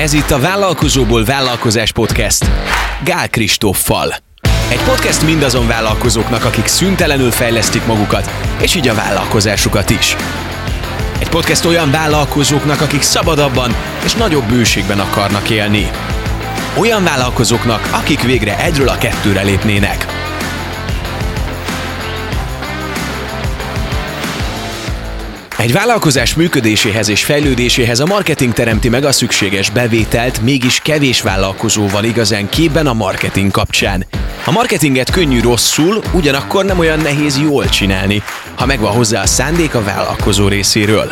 Ez itt a Vállalkozóból Vállalkozás Podcast Gál Kristóffal. Egy podcast mindazon vállalkozóknak, akik szüntelenül fejlesztik magukat, és így a vállalkozásukat is. Egy podcast olyan vállalkozóknak, akik szabadabban és nagyobb bőségben akarnak élni. Olyan vállalkozóknak, akik végre egyről a kettőre lépnének. Egy vállalkozás működéséhez és fejlődéséhez a marketing teremti meg a szükséges bevételt, mégis kevés vállalkozó van igazán képben a marketing kapcsán. A marketinget könnyű rosszul, ugyanakkor nem olyan nehéz jól csinálni, ha megvan hozzá a szándék a vállalkozó részéről.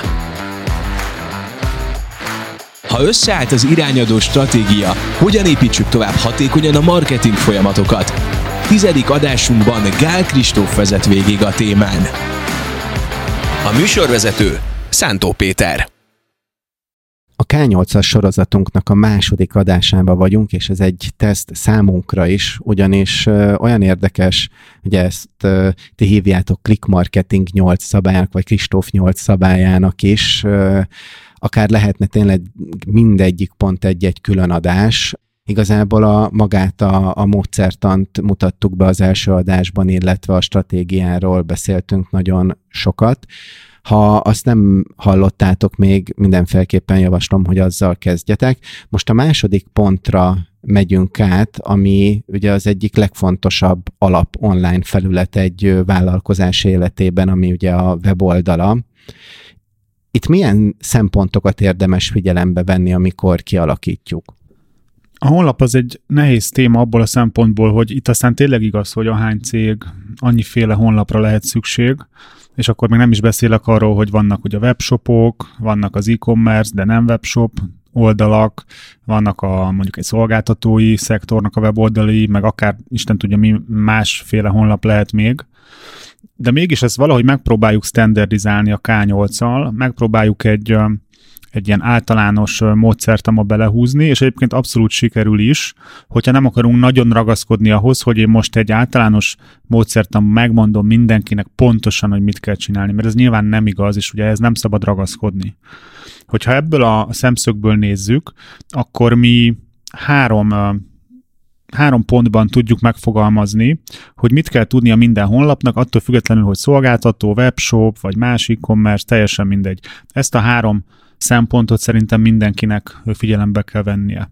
Ha összeállt az irányadó stratégia, hogyan építsük tovább hatékonyan a marketing folyamatokat? 10. adásunkban Gál Kristóf vezet végig a témán. A műsorvezető Szántó Péter. A K8-as sorozatunknak a második adásában vagyunk, és ez egy teszt számunkra is, ugyanis olyan érdekes, ugye ezt ti hívjátok Click Marketing 8 szabályának, vagy Kristóf 8 szabályának is, akár lehetne tényleg mindegyik pont egy külön adás. Igazából magát a módszertant mutattuk be az első adásban, illetve a stratégiáról beszéltünk nagyon sokat. Ha azt nem hallottátok még, mindenféleképpen javaslom, hogy azzal kezdjetek. Most a második pontra megyünk át, ami ugye az egyik legfontosabb alap online felület egy vállalkozás életében, ami ugye a weboldala. Itt milyen szempontokat érdemes figyelembe venni, amikor kialakítjuk? A honlap az egy nehéz téma abból a szempontból, hogy itt aztán tényleg igaz, hogy ahány cég, annyiféle honlapra lehet szükség, és akkor még nem is beszélek arról, hogy vannak ugye webshopok, vannak az e-commerce, de nem webshop oldalak, vannak mondjuk egy szolgáltatói szektornak a weboldalai, meg akár Isten tudja mi másféle honlap lehet még. De mégis ezt valahogy megpróbáljuk standardizálni a K8-al, megpróbáljuk egy ilyen általános módszertamba belehúzni, és egyébként abszolút sikerül is, hogyha nem akarunk nagyon ragaszkodni ahhoz, hogy én most egy általános módszertamba megmondom mindenkinek pontosan, hogy mit kell csinálni, mert ez nyilván nem igaz, és ugye ez nem szabad ragaszkodni. Hogyha ebből a szemszögből nézzük, akkor mi három pontban tudjuk megfogalmazni, hogy mit kell tudnia minden honlapnak, attól függetlenül, hogy szolgáltató, webshop, vagy más e-commerce, teljesen mindegy. Ezt a 3 szempontot szerintem mindenkinek figyelembe kell vennie.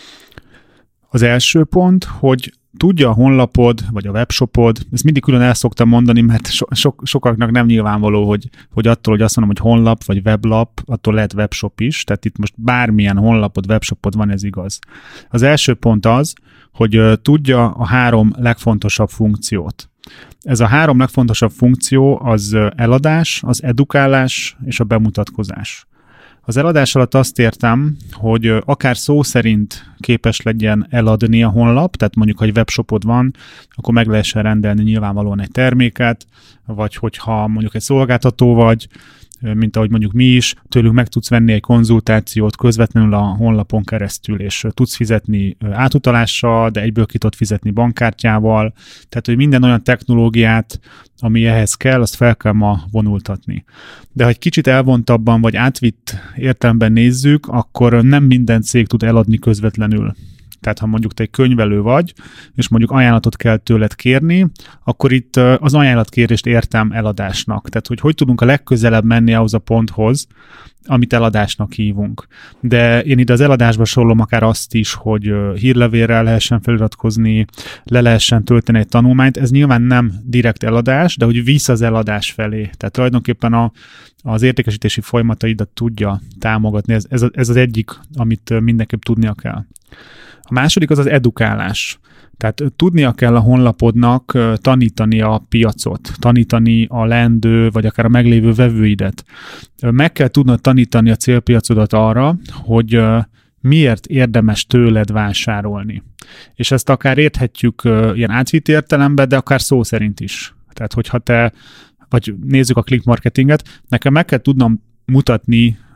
Az első pont, hogy tudja a honlapod, vagy a webshopod, ezt mindig külön el szoktam mondani, mert sokaknak nem nyilvánvaló, hogy attól, hogy azt mondom, hogy honlap, vagy weblap, attól lehet webshop is, tehát itt most bármilyen honlapod, webshopod van, ez igaz. Az első pont az, hogy tudja a 3 legfontosabb funkciót. Ez a 3 legfontosabb funkció az eladás, az edukálás és a bemutatkozás. Az eladás alatt azt értem, hogy akár szó szerint képes legyen eladni a honlap, tehát mondjuk, ha egy webshopod van, akkor meg lehessen rendelni nyilvánvalóan egy terméket, vagy hogyha mondjuk egy szolgáltató vagy, mint ahogy mondjuk mi is, tőlük meg tudsz venni egy konzultációt közvetlenül a honlapon keresztül, és tudsz fizetni átutalással, de egyből ki tudod fizetni bankkártyával, tehát hogy minden olyan technológiát, ami ehhez kell, azt fel kell ma vonultatni. De ha egy kicsit elvontabban vagy átvitt értelemben nézzük, akkor nem minden cég tud eladni közvetlenül. Tehát ha mondjuk te egy könyvelő vagy, és mondjuk ajánlatot kell tőled kérni, akkor itt az ajánlatkérést értem eladásnak. Tehát hogy tudunk a legközelebb menni ahhoz a ponthoz, amit eladásnak hívunk. De én ide az eladásba sorolom akár azt is, hogy hírlevélre lehessen feliratkozni, le lehessen tölteni egy tanulmányt. Ez nyilván nem direkt eladás, de hogy visz az eladás felé. Tehát tulajdonképpen az értékesítési folyamataidat tudja támogatni. Ez az egyik, amit mindenképp tudnia kell. A második az edukálás. Tehát tudnia kell a honlapodnak tanítani a piacot, tanítani a leendő, vagy akár a meglévő vevőidet. Meg kell tudnod tanítani a célpiacodat arra, hogy miért érdemes tőled vásárolni. És ezt akár érthetjük ilyen átvitt értelemben, de akár szó szerint is. Tehát hogyha vagy nézzük a click marketinget, nekem meg kell tudnom mutatni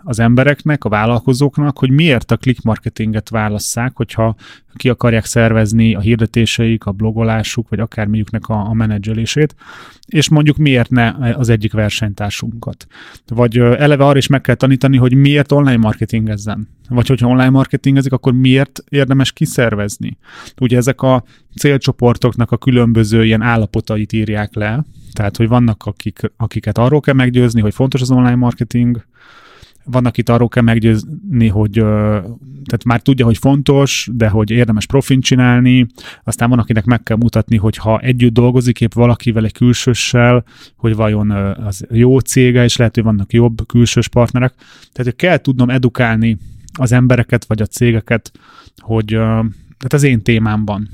az embereknek, a vállalkozóknak, hogy miért a click marketinget válasszák, hogyha ki akarják szervezni a hirdetéseik, a blogolásuk, vagy akármilyüknek a menedzselését, és mondjuk miért ne az egyik versenytársunkat. Vagy eleve arra is meg kell tanítani, hogy miért online marketingezzen. Vagy hogyha online marketingezik, akkor miért érdemes kiszervezni. Ugye ezek a célcsoportoknak a különböző ilyen állapotait írják le, tehát hogy vannak, akiket arról kell meggyőzni, hogy fontos az online marketing, van, akit arról kell meggyőzni, hogy tehát már tudja, hogy fontos, de hogy érdemes profint csinálni, aztán van, akinek meg kell mutatni, hogy ha együtt dolgozik épp valakivel, egy külsőssel, hogy vajon az jó cége, és lehet, hogy vannak jobb külsős partnerek. Tehát hogy kell tudnom edukálni az embereket, vagy a cégeket, hogy tehát az én témámban.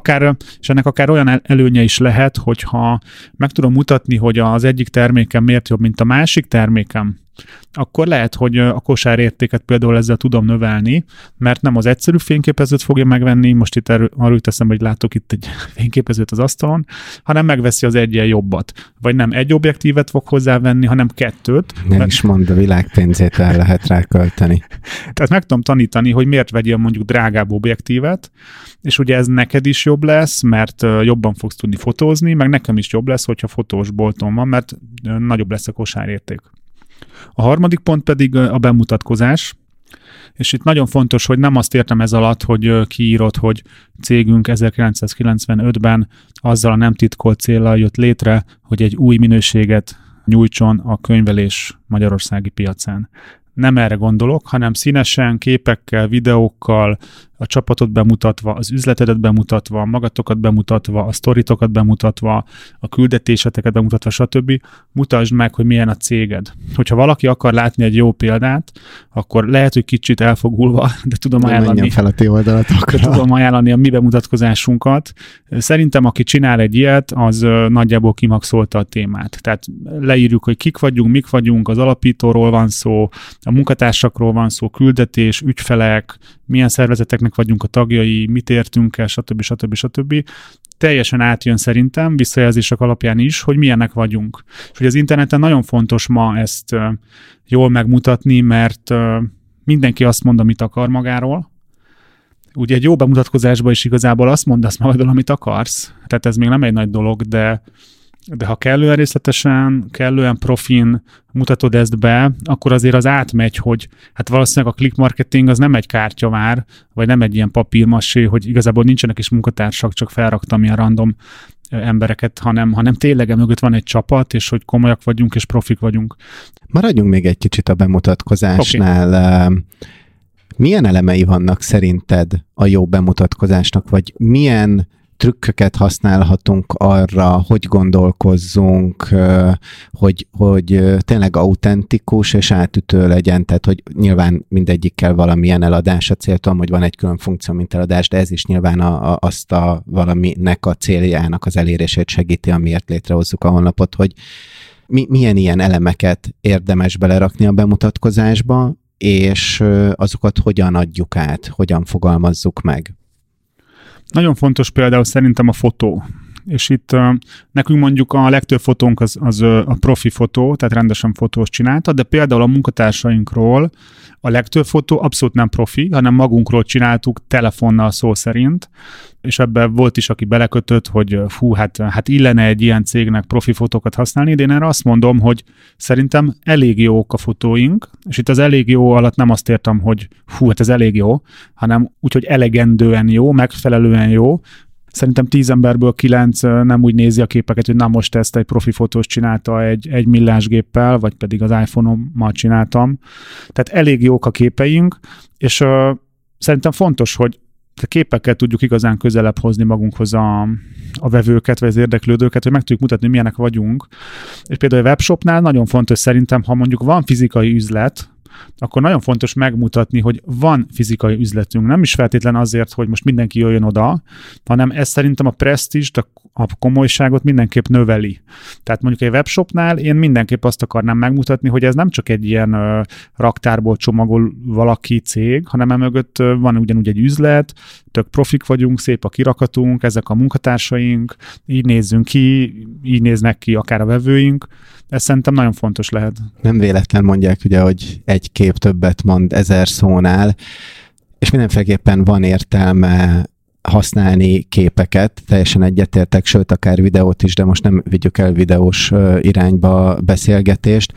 És ennek akár olyan előnye is lehet, hogyha meg tudom mutatni, hogy az egyik termékem miért jobb, mint a másik termékem, akkor lehet, hogy a kosárértéket például ezzel tudom növelni, mert nem az egyszerű fényképezőt fogja megvenni, most itt arról teszem, hogy látok itt egy fényképezőt az asztalon, hanem megveszi az egyen jobbat. Vagy nem egy objektívet fog hozzávenni, hanem kettőt. Nem is mondd, a világpénzét el lehet rá költeni. Tehát meg tudom tanítani, hogy miért vegyél mondjuk drágább objektívet, és ugye ez neked is jobb lesz, mert jobban fogsz tudni fotózni, meg nekem is jobb lesz, hogyha fotós boltom van, mert nagyobb lesz a kosárérték. A harmadik pont pedig a bemutatkozás, és itt nagyon fontos, hogy nem azt értem ez alatt, hogy kiírod, hogy cégünk 1995-ben azzal a nem titkolt céllal jött létre, hogy egy új minőséget nyújtson a könyvelés magyarországi piacán. Nem erre gondolok, hanem színesen, képekkel, videókkal, a csapatot bemutatva, az üzletedet bemutatva, magatokat bemutatva, a sztoritokat bemutatva, a küldetéseteket bemutatva, stb. Mutasd meg, hogy milyen a céged. Hogyha valaki akar látni egy jó példát, akkor lehet, hogy kicsit elfogulva, de tudom ajánlani. Fel a ti oldalatokra. Tudom ajánlani a mi bemutatkozásunkat. Szerintem, aki csinál egy ilyet, az nagyjából kimaxolta a témát. Tehát leírjuk, hogy kik vagyunk, mik vagyunk, az alapítóról van szó, a munkatársakról van szó, küldetés, ügyfelek, milyen szervezeteknek vagyunk a tagjai, mit értünk el, stb. Teljesen átjön szerintem, visszajelzések alapján is, hogy milyenek vagyunk. És hogy az interneten nagyon fontos ma ezt jól megmutatni, mert mindenki azt mond, amit akar magáról. Ugye egy jó bemutatkozásban is igazából azt mondasz magadról, amit akarsz. Tehát ez még nem egy nagy dolog, de ha kellően részletesen, kellően profin mutatod ezt be, akkor azért az átmegy, hogy hát valószínűleg a click marketing az nem egy kártyavár, vagy nem egy ilyen papírmasé, hogy igazából nincsenek is munkatársak, csak felraktam ilyen random embereket, hanem tényleg mögött van egy csapat, és hogy komolyak vagyunk, és profik vagyunk. Maradjunk még egy kicsit a bemutatkozásnál. Okay. Milyen elemei vannak szerinted a jó bemutatkozásnak, vagy milyen trükköket használhatunk arra, hogy gondolkozzunk, hogy tényleg autentikus és átütő legyen, tehát hogy nyilván mindegyikkel valamilyen eladás a céltom, hogy van egy külön funkció, mint eladás, de ez is nyilván azt a valaminek a céljának az elérését segíti, amiért létrehozzuk a honlapot, hogy milyen ilyen elemeket érdemes belerakni a bemutatkozásba, és azokat hogyan adjuk át, hogyan fogalmazzuk meg. Nagyon fontos például szerintem a fotó. És itt nekünk mondjuk a legtöbb fotónk az a profi fotó, tehát rendesen fotós csinálta, de például a munkatársainkról a legtöbb fotó abszolút nem profi, hanem magunkról csináltuk telefonnal szó szerint, és ebben volt is, aki belekötött, hogy hát illene egy ilyen cégnek profi fotókat használni, de én erre azt mondom, hogy szerintem elég jók a fotóink, és itt az elég jó alatt nem azt értem, hogy hát ez elég jó, hanem úgy, hogy elegendően jó, megfelelően jó. Szerintem 10 emberből 9 nem úgy nézi a képeket, hogy na most ezt egy profi fotós csinálta egy millásgéppel, vagy pedig az iPhone-ommal csináltam. Tehát elég jók a képeink, és szerintem fontos, hogy a képekkel tudjuk igazán közelebb hozni magunkhoz a vevőket, vagy az érdeklődőket, hogy meg tudjuk mutatni, milyenek vagyunk. És például a webshopnál nagyon fontos szerintem, ha mondjuk van fizikai üzlet, akkor nagyon fontos megmutatni, hogy van fizikai üzletünk. Nem is feltétlen azért, hogy most mindenki jöjjön oda, hanem ez szerintem a presztízst, a komolyságot mindenképp növeli. Tehát mondjuk egy webshopnál én mindenképp azt akarnám megmutatni, hogy ez nem csak egy ilyen raktárból csomagol valaki cég, hanem emögött van ugyanúgy egy üzlet, tök profik vagyunk, szép a kirakatunk, ezek a munkatársaink, így nézzünk ki, így néznek ki akár a vevőink. Ez szerintem nagyon fontos lehet. Nem véletlen mondják ugye, hogy egy kép többet mond 1000 szónál, és mindenféleképpen van értelme használni képeket, teljesen egyetértek, sőt, akár videót is, de most nem vigyük el videós irányba beszélgetést.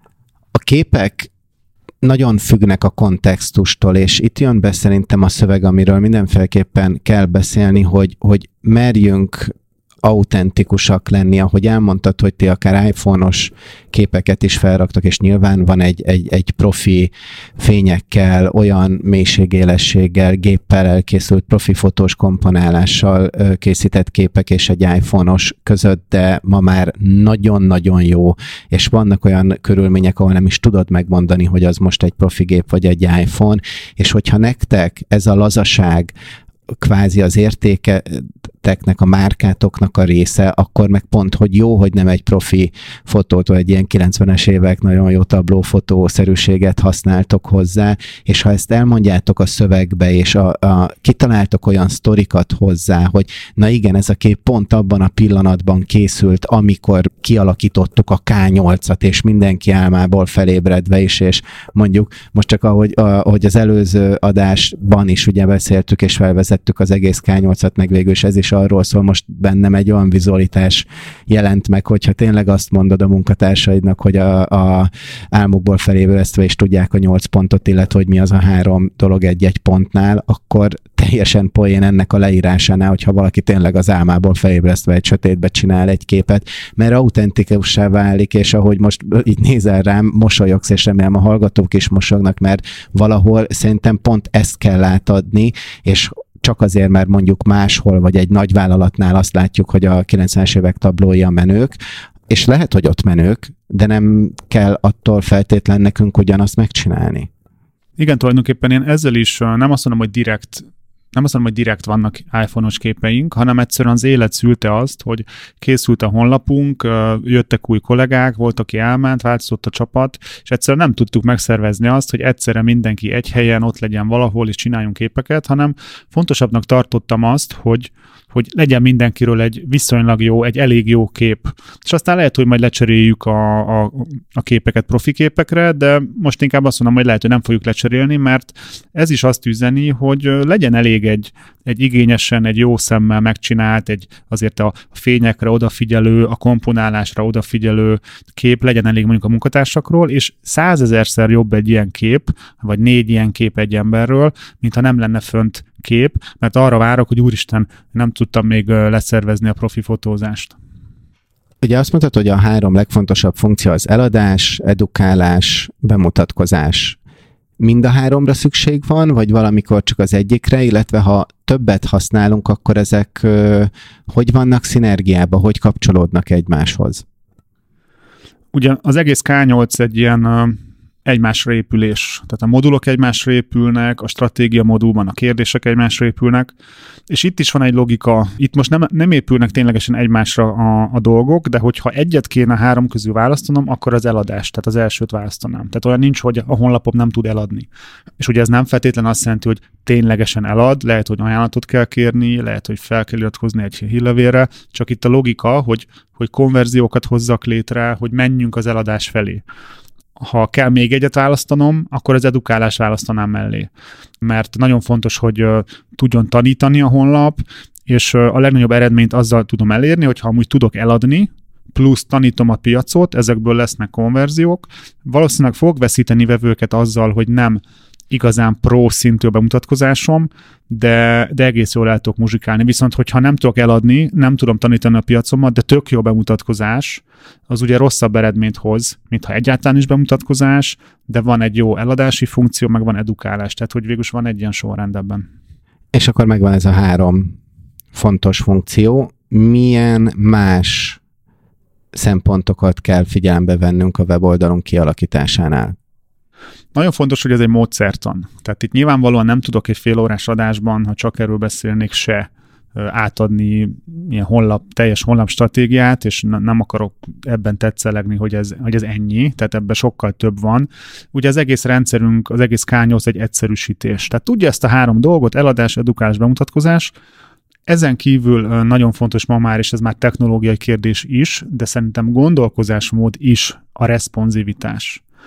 A képek nagyon függnek a kontextustól, és itt jön be szerintem a szöveg, amiről mindenféleképpen kell beszélni, hogy merjünk autentikusak lenni, ahogy elmondtad, hogy ti akár iPhone-os képeket is felraktak, és nyilván van egy profi fényekkel, olyan mélységélességgel, géppel elkészült profi fotós komponálással készített képek és egy iPhone-os között, de ma már nagyon-nagyon jó, és vannak olyan körülmények, ahol nem is tudod megmondani, hogy az most egy profi gép vagy egy iPhone, és hogyha nektek ez a lazaság kvázi az értéketeknek, a márkátoknak a része, akkor meg pont, hogy jó, hogy nem egy profi fotót, vagy egy ilyen 90-es évek nagyon jó tablófotószerűséget használtok hozzá, és ha ezt elmondjátok a szövegbe, és kitaláltok olyan sztorikat hozzá, hogy na igen, ez a kép pont abban a pillanatban készült, amikor kialakítottuk a K8-at, és mindenki álmából felébredve is, és mondjuk most csak ahogy az előző adásban is ugye beszéltük, és felvezettük az egész K8-at, meg végül is ez is arról szól, most bennem egy olyan vizualitás jelent meg, hogyha tényleg azt mondod a munkatársaidnak, hogy a álmukból felébredve is tudják a 8 pontot, illetve hogy mi az a 3 dolog egy-egy pontnál, akkor teljesen poén ennek a leírásánál, hogyha valaki tényleg az álmából felébresztve egy sötétbe csinál egy képet, mert autentikussá válik, és ahogy most így nézel rám, mosolyogsz, és remélem a hallgatók is mosolyognak, mert valahol szerintem pont ezt kell átadni, és csak azért, mert mondjuk máshol, vagy egy nagyvállalatnál azt látjuk, hogy a 90-es évek tablói a menők, és lehet, hogy ott menők, de nem kell attól feltétlen nekünk ugyanazt megcsinálni. Igen, tulajdonképpen én ezzel is nem azt mondom, hogy direkt vannak iPhone-os képeink, hanem egyszerűen az élet szülte azt, hogy készült a honlapunk, jöttek új kollégák, volt, aki elment, változott a csapat, és egyszerűen nem tudtuk megszervezni azt, hogy egyszerre mindenki egy helyen ott legyen valahol, és csináljunk képeket, hanem fontosabbnak tartottam azt, hogy legyen mindenkiről egy viszonylag jó, egy elég jó kép. És aztán lehet, hogy majd lecseréljük a képeket profi képekre, de most inkább azt mondom, hogy lehet, hogy nem fogjuk lecserélni, mert ez is azt üzeni, hogy legyen elég egy igényesen, egy jó szemmel megcsinált, azért a fényekre odafigyelő, a komponálásra odafigyelő kép legyen elég mondjuk a munkatársakról, és 100 000-szer jobb egy ilyen kép, vagy 4 ilyen kép egy emberről, mintha nem lenne fönt kép, mert arra várok, hogy úristen, nem tudtam még leszervezni a profi fotózást. Ugye azt mondtad, hogy a 3 legfontosabb funkció az eladás, edukálás, bemutatkozás. Mind a 3-ra szükség van, vagy valamikor csak az egyikre, illetve ha többet használunk, akkor ezek hogy vannak szinergiába, hogy kapcsolódnak egymáshoz? Ugye az egész K8 egy ilyen egymásra épülés. Tehát a modulok egymásra épülnek, a stratégia modulban a kérdések egymásra épülnek, és itt is van egy logika. Itt most nem épülnek ténylegesen egymásra a dolgok, de hogyha egyet kéne 3 közül választanom, akkor az eladás, tehát az elsőt választanám. Tehát olyan nincs, hogy a honlapom nem tud eladni. És ugye ez nem feltétlenül azt jelenti, hogy ténylegesen elad, lehet, hogy ajánlatot kell kérni, lehet, hogy fel kell iratkozni egy hírlevélre, csak itt a logika, hogy konverziókat hozzak létre, hogy menjünk az eladás felé. Ha kell még egyet választanom, akkor az edukálás választanám mellé. Mert nagyon fontos, hogy tudjon tanítani a honlap, és a legnagyobb eredményt azzal tudom elérni, hogyha amúgy tudok eladni, plusz tanítom a piacot, ezekből lesznek konverziók. Valószínűleg fogok veszíteni vevőket azzal, hogy nem igazán pro szintű a bemutatkozásom, de egész jól el tudok muzsikálni. Viszont, hogyha nem tudok eladni, nem tudom tanítani a piacomat, de tök jó bemutatkozás, az ugye rosszabb eredményt hoz, mintha egyáltalán is bemutatkozás, de van egy jó eladási funkció, meg van edukálás, tehát hogy végülis van egy ilyen sorrend ebben. És akkor megvan ez a 3 fontos funkció. Milyen más szempontokat kell figyelembe vennünk a weboldalunk kialakításánál? Nagyon fontos, hogy ez egy módszertan. Tehát itt nyilvánvalóan nem tudok egy félórás adásban, ha csak erről beszélnék, se átadni ilyen teljes honlap stratégiát, és nem akarok ebben tetszelegni, hogy ez ennyi, tehát ebben sokkal több van. Ugye az egész rendszerünk, az egész K8 egy egyszerűsítés. Tehát tudja ezt a 3 dolgot, eladás, edukálás, bemutatkozás. Ezen kívül nagyon fontos ma már, és ez már technológiai kérdés is, de szerintem gondolkozásmód is a responsivitás.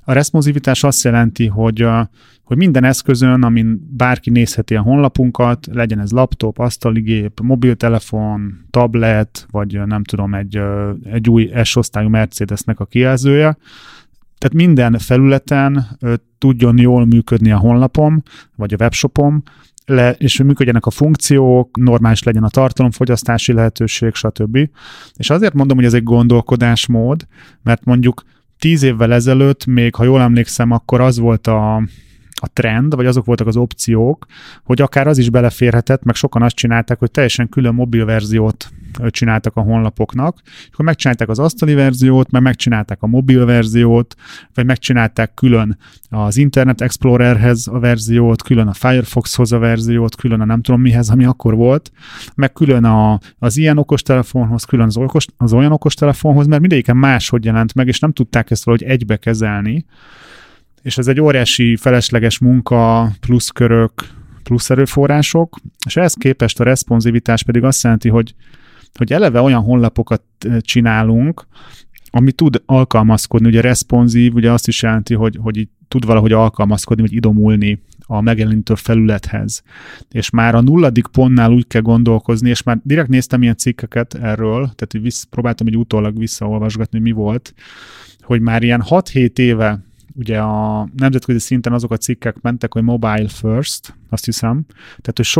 A responsivitás azt jelenti, hogy minden eszközön, amin bárki nézheti a honlapunkat, legyen ez laptop, asztaligép, mobiltelefon, tablet, vagy nem tudom, egy új S-osztályú Mercedesnek a kijelzője. Tehát minden felületen tudjon jól működni a honlapom, vagy a webshopom, és hogy működjenek a funkciók, normális legyen a tartalomfogyasztási lehetőség, stb. És azért mondom, hogy ez egy gondolkodásmód, mert mondjuk 10 évvel ezelőtt, még ha jól emlékszem, akkor az volt a trend, vagy azok voltak az opciók, hogy akár az is beleférhetett, meg sokan azt csinálták, hogy teljesen külön mobil verziót csináltak a honlapoknak, és akkor megcsinálták az asztali verziót, meg megcsinálták a mobil verziót, vagy megcsinálták külön az Internet Explorerhez a verziót, külön a Firefoxhoz a verziót, külön a nem tudom mihez, ami akkor volt, meg külön az ilyen okostelefonhoz, külön az olyan okostelefonhoz, mert mindegyiken máshogy jelent meg, és nem tudták ezt valahogy egybe kezelni, és ez egy óriási felesleges munka, plusz körök, plusz erőforrások, és ehhez képest a responsivitás pedig azt jelenti, hogy eleve olyan honlapokat csinálunk, ami tud alkalmazkodni, ugye responsív, ugye azt is jelenti, hogy így tud valahogy alkalmazkodni, vagy idomulni a megjelenítő felülethez. És már a 0. pontnál úgy kell gondolkozni, és már direkt néztem ilyen cikkeket erről, tehát hogy próbáltam egy utólag visszaolvasgatni, hogy mi volt, hogy már ilyen 6-7 éve ugye a nemzetközi szinten azok a cikkek mentek, hogy mobile first, azt hiszem. Tehát, hogy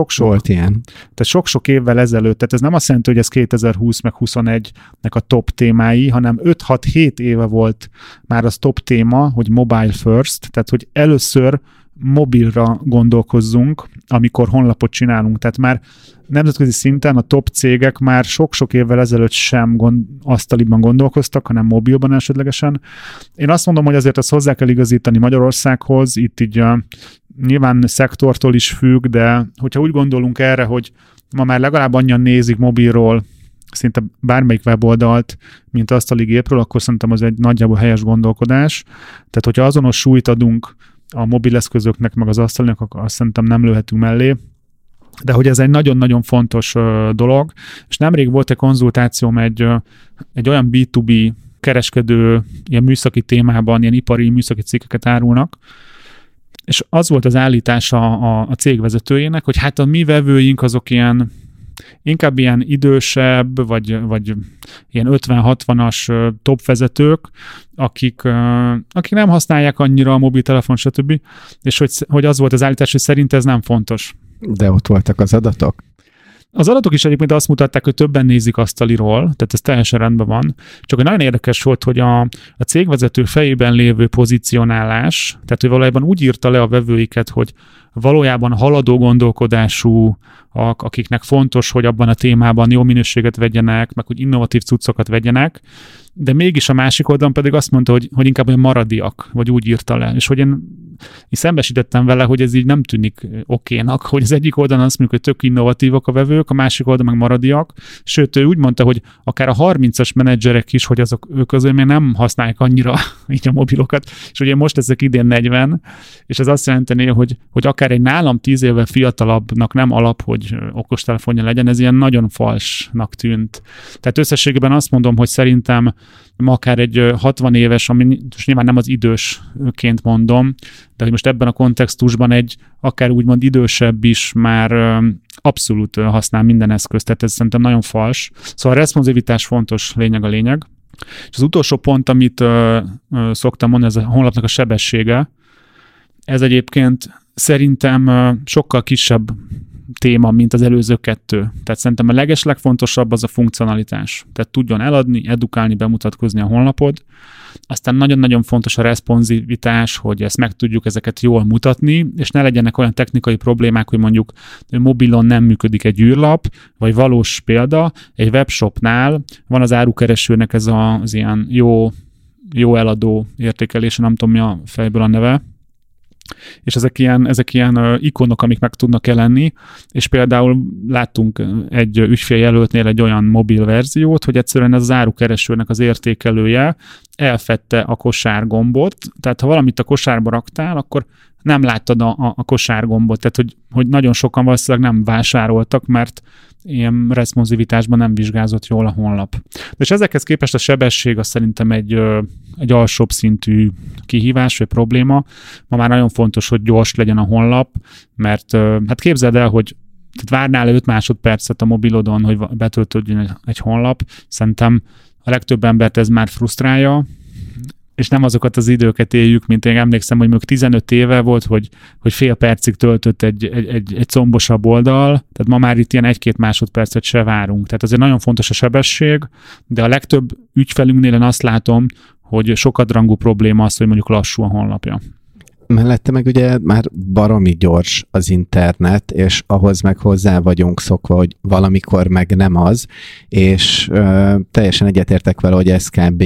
sok-sok évvel ezelőtt, tehát ez nem azt jelenti, hogy ez 2020 meg 21-nek a top témái, hanem 5-6-7 éve volt már az top téma, hogy mobile first, tehát, hogy először mobilra gondolkozzunk, amikor honlapot csinálunk. Tehát már nemzetközi szinten a top cégek már sok-sok évvel ezelőtt sem asztaliban gondolkoztak, hanem mobilban esetlegesen. Én azt mondom, hogy azért ezt hozzá kell igazítani Magyarországhoz, itt így nyilván szektortól is függ, de hogyha úgy gondolunk erre, hogy ma már legalább annyian nézik mobilról szinte bármelyik weboldalt, mint asztaligépről, akkor szerintem az egy nagyjából helyes gondolkodás. Tehát, hogyha azonos súlyt adunk a mobileszközöknek, meg az asztalinak, akkor azt szerintem nem lőhetünk mellé. De hogy ez egy nagyon-nagyon fontos dolog, és nemrég volt egy konzultációm egy olyan B2B kereskedő, ilyen műszaki témában, ilyen ipari műszaki cikkeket árulnak, és az volt az állítása a cégvezetőjének, hogy hát a mi vevőink azok inkább ilyen idősebb, vagy ilyen 50-60-as topvezetők, akik nem használják annyira a mobiltelefon, stb. És hogy az volt az állítás, hogy szerint ez nem fontos. De ott voltak az adatok? Az adatok is egyébként azt mutatták, hogy többen nézik asztaliról, tehát ez teljesen rendben van. Csak nagyon érdekes volt, hogy a cégvezető fejében lévő pozicionálás, tehát hogy valójában úgy írta le a vevőiket, hogy valójában haladó gondolkodású, akiknek fontos, hogy abban a témában jó minőséget vegyenek, meg hogy innovatív cuccokat vegyenek, de mégis a másik oldalon pedig azt mondta, hogy inkább olyan maradiak, vagy úgy írta le. És hogy én szembesítettem vele, hogy ez így nem tűnik okénak, hogy az egyik oldalon azt mondjuk, hogy tök innovatívak a vevők, a másik oldalon meg maradiak. Sőt, ő úgy mondta, hogy akár a 30-as menedzserek is, hogy ők azért még nem használják annyira így a mobilokat, és ugye most ezek idén 40, és ez azt jelenteni, hogy akár egy nálam 10 évvel fiatalabbnak nem alap, hogy okostelefonja legyen, ez ilyen nagyon falsnak tűnt. Tehát összességében azt mondom, hogy szerintem ma akár egy 60 éves, ami most nyilván nem az idősként mondom, de hogy most ebben a kontextusban egy akár úgymond idősebb is már abszolút használ minden eszközt, tehát ez szerintem nagyon fals. Szóval a responsivitás fontos, lényeg a lényeg. És az utolsó pont, amit szoktam mondani, ez a honlapnak a sebessége. Ez egyébként szerintem sokkal kisebb téma, mint az előző kettő. Tehát szerintem a legeslegfontosabb az a funkcionalitás. Tehát tudjon eladni, edukálni, bemutatkozni a honlapod. Aztán nagyon-nagyon fontos a responsivitás, hogy ezt meg tudjuk ezeket jól mutatni, és ne legyenek olyan technikai problémák, hogy mondjuk mobilon nem működik egy űrlap, vagy valós példa, egy webshopnál van az árukeresőnek ez az ilyen jó eladó értékelése, nem tudom mi a fejből a neve, és ezek ilyen ikonok, amik meg tudnak jelenni, és például láttunk egy ügyféljelöltnél egy olyan mobil verziót, hogy egyszerűen ez az árukeresőnek az értékelője elfedte a kosárgombot, tehát ha valamit a kosárba raktál, akkor nem láttad a kosárgombot, tehát hogy nagyon sokan valószínűleg nem vásároltak, mert ilyen responsivitásban nem vizsgázott jól a honlap. És ezekhez képest a sebesség az szerintem egy alsóbb szintű kihívás vagy probléma. Ma már nagyon fontos, hogy gyors legyen a honlap, mert hát képzeld el, hogy várnál 5 másodpercet a mobilodon, hogy betöltődjön egy honlap. Szerintem a legtöbb embert ez már frusztrálja, és nem azokat az időket éljük, mint én emlékszem, hogy mondjuk 15 éve volt, hogy fél percig töltött egy combosabb oldal, tehát ma már itt ilyen 1-2 másodpercet se várunk. Tehát azért nagyon fontos a sebesség, de a legtöbb ügyfelünknél én azt látom, hogy sokadrangú probléma az, hogy mondjuk lassú a honlapja. Mellette meg ugye már baromi gyors az internet, és ahhoz meg hozzá vagyunk szokva, hogy valamikor meg nem az, és teljesen egyetértek vele, hogy ez kb.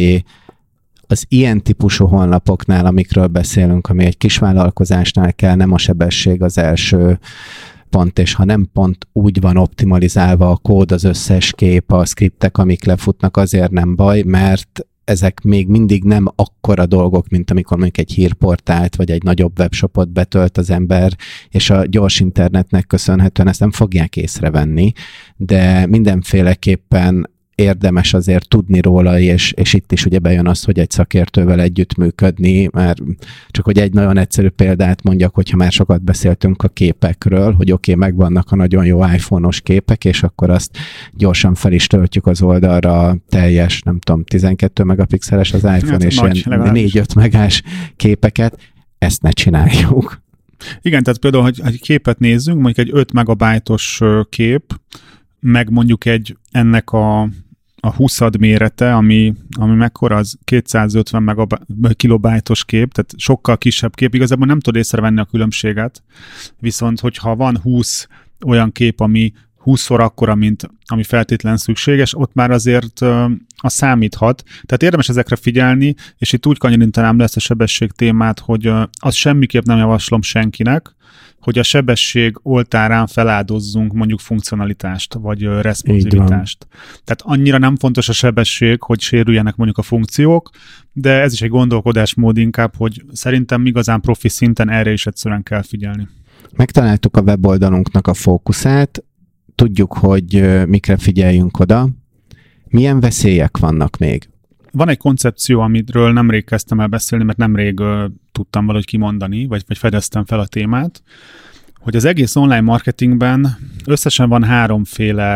Az ilyen típusú honlapoknál, amikről beszélünk, ami egy kisvállalkozásnál kell, nem a sebesség az első pont, és ha nem pont úgy van optimalizálva a kód, az összes kép, a skriptek, amik lefutnak, azért nem baj, mert ezek még mindig nem akkora dolgok, mint amikor mondjuk egy hírportált, vagy egy nagyobb webshopot betölt az ember, és a gyors internetnek köszönhetően ezt nem fogják észrevenni, de mindenféleképpen érdemes azért tudni róla, és itt is ugye bejön az, hogy egy szakértővel együttműködni, mert csak hogy egy nagyon egyszerű példát mondjak, hogyha már sokat beszéltünk a képekről, hogy oké, megvannak a nagyon jó iPhone-os képek, és akkor azt gyorsan fel is töltjük az oldalra teljes, nem tudom, 12 megapixeles az iPhone, hát, és ilyen 4-5 megás képeket, ezt ne csináljuk. Igen, tehát például, hogy egy képet nézzünk, mondjuk egy 5 megabájtos kép, meg mondjuk ennek a 20 mérete, ami mekkora, az 250 kilobájtos kép, tehát sokkal kisebb kép, igazából nem tud észrevenni a különbséget, viszont hogyha van 20 olyan kép, ami 20-szor akkora, mint ami feltétlen szükséges, ott már azért az számíthat. Tehát érdemes ezekre figyelni, és itt úgy kanyarítanám le ezt a sebesség témát, hogy azt semmiképp nem javaslom senkinek, hogy a sebesség oltárán feláldozzunk mondjuk funkcionalitást, vagy responsivitást. Tehát annyira nem fontos a sebesség, hogy sérüljenek mondjuk a funkciók, de ez is egy gondolkodásmód inkább, hogy szerintem igazán profi szinten erre is egyszerűen kell figyelni. Megtaláltuk a weboldalunknak a fókuszát, tudjuk, hogy mikre figyeljünk oda. Milyen veszélyek vannak még? Van egy koncepció, amiről nemrég kezdtem el beszélni, mert nemrég tudtam valahogy kimondani, vagy fedeztem fel a témát, hogy az egész online marketingben összesen van 3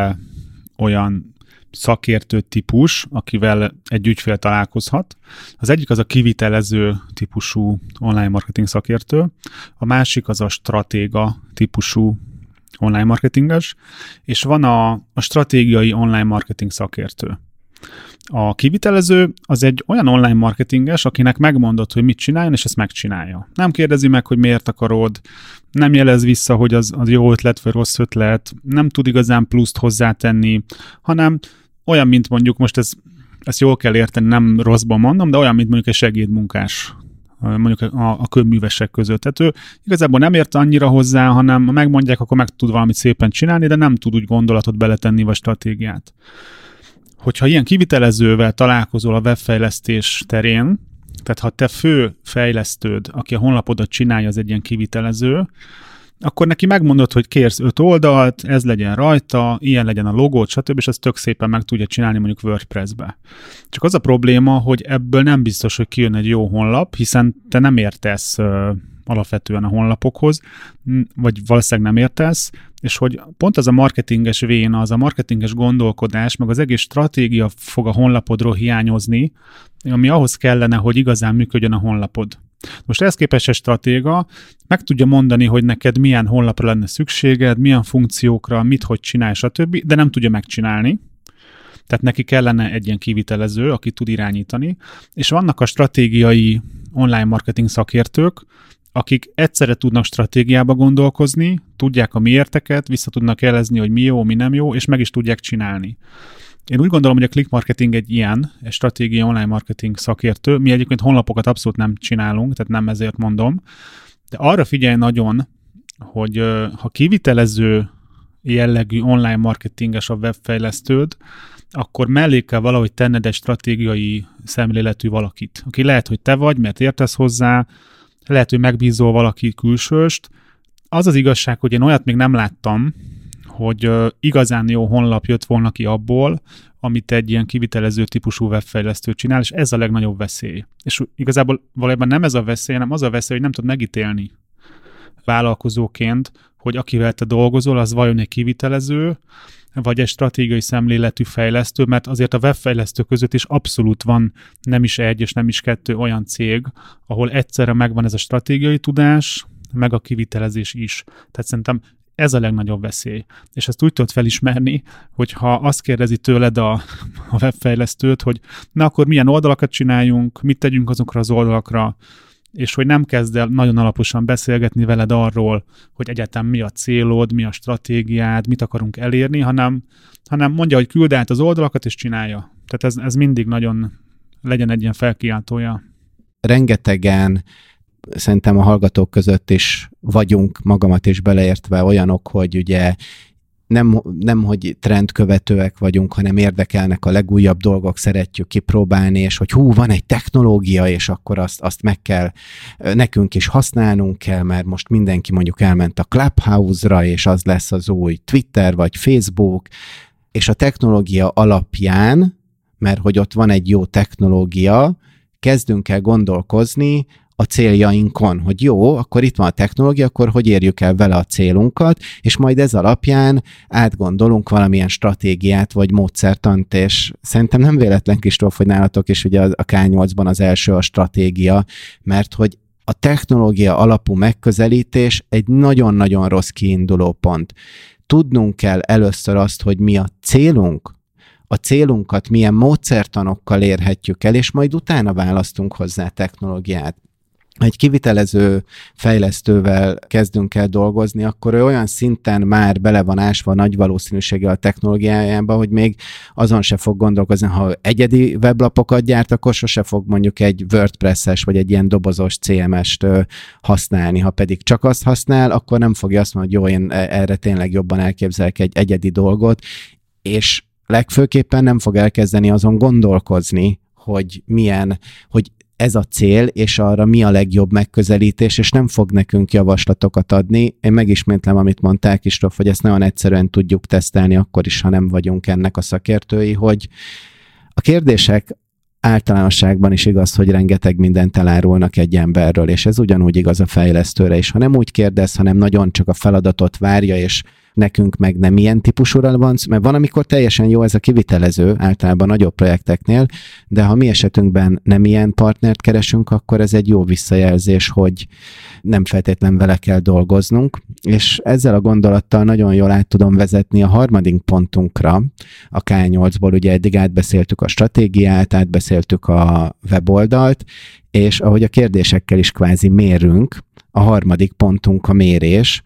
olyan szakértő típus, akivel egy ügyfél találkozhat. Az egyik az a kivitelező típusú online marketing szakértő, a másik az a stratéga típusú online marketinges, és van a stratégiai online marketing szakértő. A kivitelező az egy olyan online marketinges, akinek megmondod, hogy mit csináljon, és ezt megcsinálja. Nem kérdezi meg, hogy miért akarod, nem jelez vissza, hogy az jó ötlet vagy rossz ötlet, nem tud igazán pluszt hozzátenni, hanem olyan, mint mondjuk, most ezt jól kell érteni, nem rosszban mondom, de olyan, mint mondjuk egy segédmunkás, mondjuk a kőművesek között. Tehát ő igazából nem ért annyira hozzá, hanem megmondják, akkor meg tud valamit szépen csinálni, de nem tud úgy gondolatot beletenni, vagy stratégiát. Hogyha ilyen kivitelezővel találkozol a webfejlesztés terén, tehát ha te fő fejlesztőd, aki a honlapodat csinálja, az egy ilyen kivitelező, akkor neki megmondod, hogy kérsz 5 oldalt, ez legyen rajta, ilyen legyen a logót, stb., és ezt tök szépen meg tudja csinálni mondjuk WordPress-be. Csak az a probléma, hogy ebből nem biztos, hogy kijön egy jó honlap, hiszen te nem értesz alapvetően a honlapokhoz, vagy valószínűleg nem értesz, és hogy pont az a marketinges véna, az a marketinges gondolkodás, meg az egész stratégia fog a honlapodról hiányozni, ami ahhoz kellene, hogy igazán működjön a honlapod. Most ehhez képest egy stratéga meg tudja mondani, hogy neked milyen honlapra lenne szükséged, milyen funkciókra, mit, hogy csinálj, stb., de nem tudja megcsinálni. Tehát neki kellene egy ilyen kivitelező, aki tud irányítani, és vannak a stratégiai online marketing szakértők, akik egyszerre tudnak stratégiába gondolkozni, tudják a miérteket, vissza tudnak jelezni, hogy mi jó, mi nem jó, és meg is tudják csinálni. Én úgy gondolom, hogy a click marketing egy stratégiai online marketing szakértő. Mi egyébként honlapokat abszolút nem csinálunk, tehát nem ezért mondom. De arra figyelj nagyon, hogy ha kivitelező jellegű online marketinges a webfejlesztőd, akkor mellé kell valahogy tenned egy stratégiai szemléletű valakit, aki lehet, hogy te vagy, mert értesz hozzá, lehet, hogy megbízol valaki külsőst. Az az igazság, hogy én olyat még nem láttam, hogy igazán jó honlap jött volna ki abból, amit egy ilyen kivitelező típusú webfejlesztő csinál, és ez a legnagyobb veszély. És igazából valójában nem ez a veszély, hanem az a veszély, hogy nem tud megítélni vállalkozóként, hogy akivel te dolgozol, az vajon egy kivitelező, vagy egy stratégiai szemléletű fejlesztő, mert azért a webfejlesztő között is abszolút van nem is egy és nem is kettő olyan cég, ahol egyszerre megvan ez a stratégiai tudás, meg a kivitelezés is. Tehát szerintem ez a legnagyobb veszély. És ezt úgy tudod felismerni, hogyha azt kérdezi tőled a webfejlesztőt, hogy na akkor milyen oldalakat csináljunk, mit tegyünk azokra az oldalakra, és hogy nem kezd el nagyon alaposan beszélgetni veled arról, hogy egyáltalán mi a célod, mi a stratégiád, mit akarunk elérni, hanem mondja, hogy küld át az oldalakat, és csinálja. Tehát ez mindig nagyon legyen egy ilyen felkiáltója. Rengetegen szerintem a hallgatók között is vagyunk, magamat is beleértve olyanok, hogy ugye nem hogy trendkövetőek vagyunk, hanem érdekelnek a legújabb dolgok, szeretjük kipróbálni, és hogy van egy technológia, és akkor azt meg kell, nekünk is használnunk kell, mert most mindenki mondjuk elment a Clubhouse-ra, és az lesz az új Twitter vagy Facebook, és a technológia alapján, mert hogy ott van egy jó technológia, kezdünk el gondolkozni a céljainkon, hogy jó, akkor itt van a technológia, akkor hogy érjük el vele a célunkat, és majd ez alapján átgondolunk valamilyen stratégiát, vagy módszertant, és szerintem nem véletlen, Kristóf, hogy nálatok is ugye a K8-ban az első a stratégia, mert hogy a technológia alapú megközelítés egy nagyon-nagyon rossz kiinduló pont. Tudnunk kell először azt, hogy mi a célunk, a célunkat milyen módszertanokkal érhetjük el, és majd utána választunk hozzá technológiát. Ha egy kivitelező fejlesztővel kezdünk el dolgozni, akkor ő olyan szinten már bele van ásva nagy valószínűséggel a technológiájába, hogy még azon se fog gondolkozni, ha egyedi weblapokat gyárt, akkor sose fog mondjuk egy WordPress-es vagy egy ilyen dobozos CMS-t használni. Ha pedig csak azt használ, akkor nem fogja azt mondani, hogy jó, én erre tényleg jobban elképzelek egy egyedi dolgot, és legfőképpen nem fog elkezdeni azon gondolkozni, hogy ez a cél, és arra mi a legjobb megközelítés, és nem fog nekünk javaslatokat adni. Én megismétlem, amit mondták Kristóf, hogy ezt nagyon egyszerűen tudjuk tesztelni, akkor is, ha nem vagyunk ennek a szakértői, hogy a kérdések általánosságban is igaz, hogy rengeteg mindent elárulnak egy emberről, és ez ugyanúgy igaz a fejlesztőre is. Ha nem úgy kérdez, hanem nagyon csak a feladatot várja, és nekünk meg nem ilyen típusúra van, mert van, amikor teljesen jó ez a kivitelező, általában nagyobb projekteknél, de ha mi esetünkben nem ilyen partnert keresünk, akkor ez egy jó visszajelzés, hogy nem feltétlen vele kell dolgoznunk, és ezzel a gondolattal nagyon jól át tudom vezetni a harmadik pontunkra, a K8-ból, ugye eddig átbeszéltük a stratégiát, átbeszéltük a weboldalt, és ahogy a kérdésekkel is kvázi mérünk, a harmadik pontunk a mérés.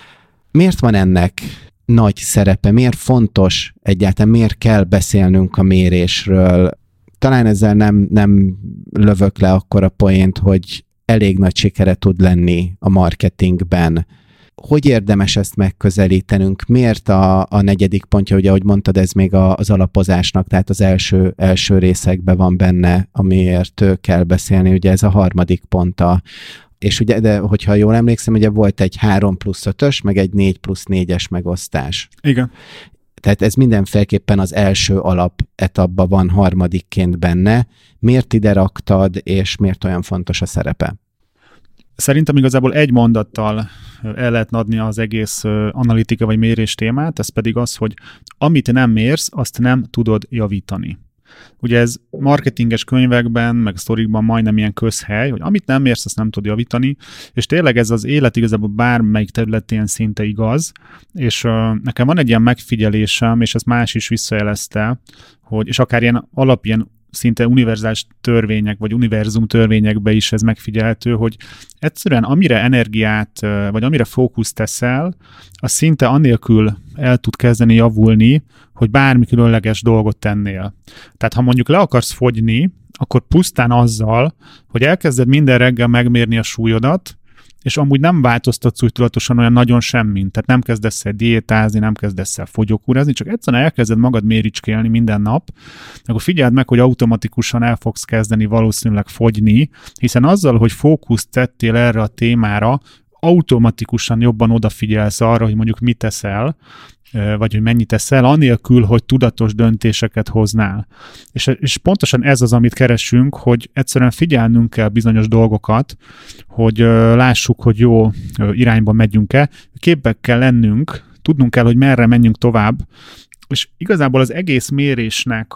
Miért van ennek nagy szerepe? Miért fontos egyáltalán? Miért kell beszélnünk a mérésről? Talán ezzel nem lövök le akkor a poént, hogy elég nagy sikere tud lenni a marketingben. Hogy érdemes ezt megközelítenünk? Miért a negyedik pontja, ugye ahogy mondtad, ez még az alapozásnak, tehát az első részekben van benne, amiért kell beszélni, ugye ez a harmadik pont és ugye, de hogyha jól emlékszem, ugye volt egy 3+5-ös, meg egy 4+4-es megosztás. Igen. Tehát ez mindenféleképpen az első alapetapban van harmadikként benne. Miért ide raktad, és miért olyan fontos a szerepe? Szerintem igazából egy mondattal el lehetne adni az egész analitika vagy mérés témát, ez pedig az, hogy amit nem mérsz, azt nem tudod javítani. Ugye ez marketinges könyvekben, meg sztorikban majdnem ilyen közhely, hogy amit nem mérsz, azt nem tud javítani, és tényleg ez az élet igazából bármelyik területén szinte igaz, és nekem van egy ilyen megfigyelésem, és ezt más is visszajelezte, hogy, és akár ilyen szinte univerzális törvények, vagy univerzum törvényekben is ez megfigyelhető, hogy egyszerűen amire energiát, vagy amire fókuszt teszel, az szinte annélkül el tud kezdeni javulni, hogy bármi különleges dolgot tennél. Tehát ha mondjuk le akarsz fogyni, akkor pusztán azzal, hogy elkezded minden reggel megmérni a súlyodat, és amúgy nem változtatsz úgy tudatosan olyan nagyon semmint. Tehát nem kezdesz el diétázni, nem kezdesz el fogyókúrázni, csak egyszerűen elkezded magad méricskélni minden nap, akkor figyeld meg, hogy automatikusan el fogsz kezdeni valószínűleg fogyni, hiszen azzal, hogy fókuszt tettél erre a témára, automatikusan jobban odafigyelsz arra, hogy mondjuk mit teszel, vagy hogy mennyit teszel, anélkül, hogy tudatos döntéseket hoznál. És pontosan ez az, amit keresünk, hogy egyszerűen figyelnünk kell bizonyos dolgokat, hogy lássuk, hogy jó irányba megyünk-e, képbe kell lennünk, tudnunk kell, hogy merre menjünk tovább, és igazából az egész mérésnek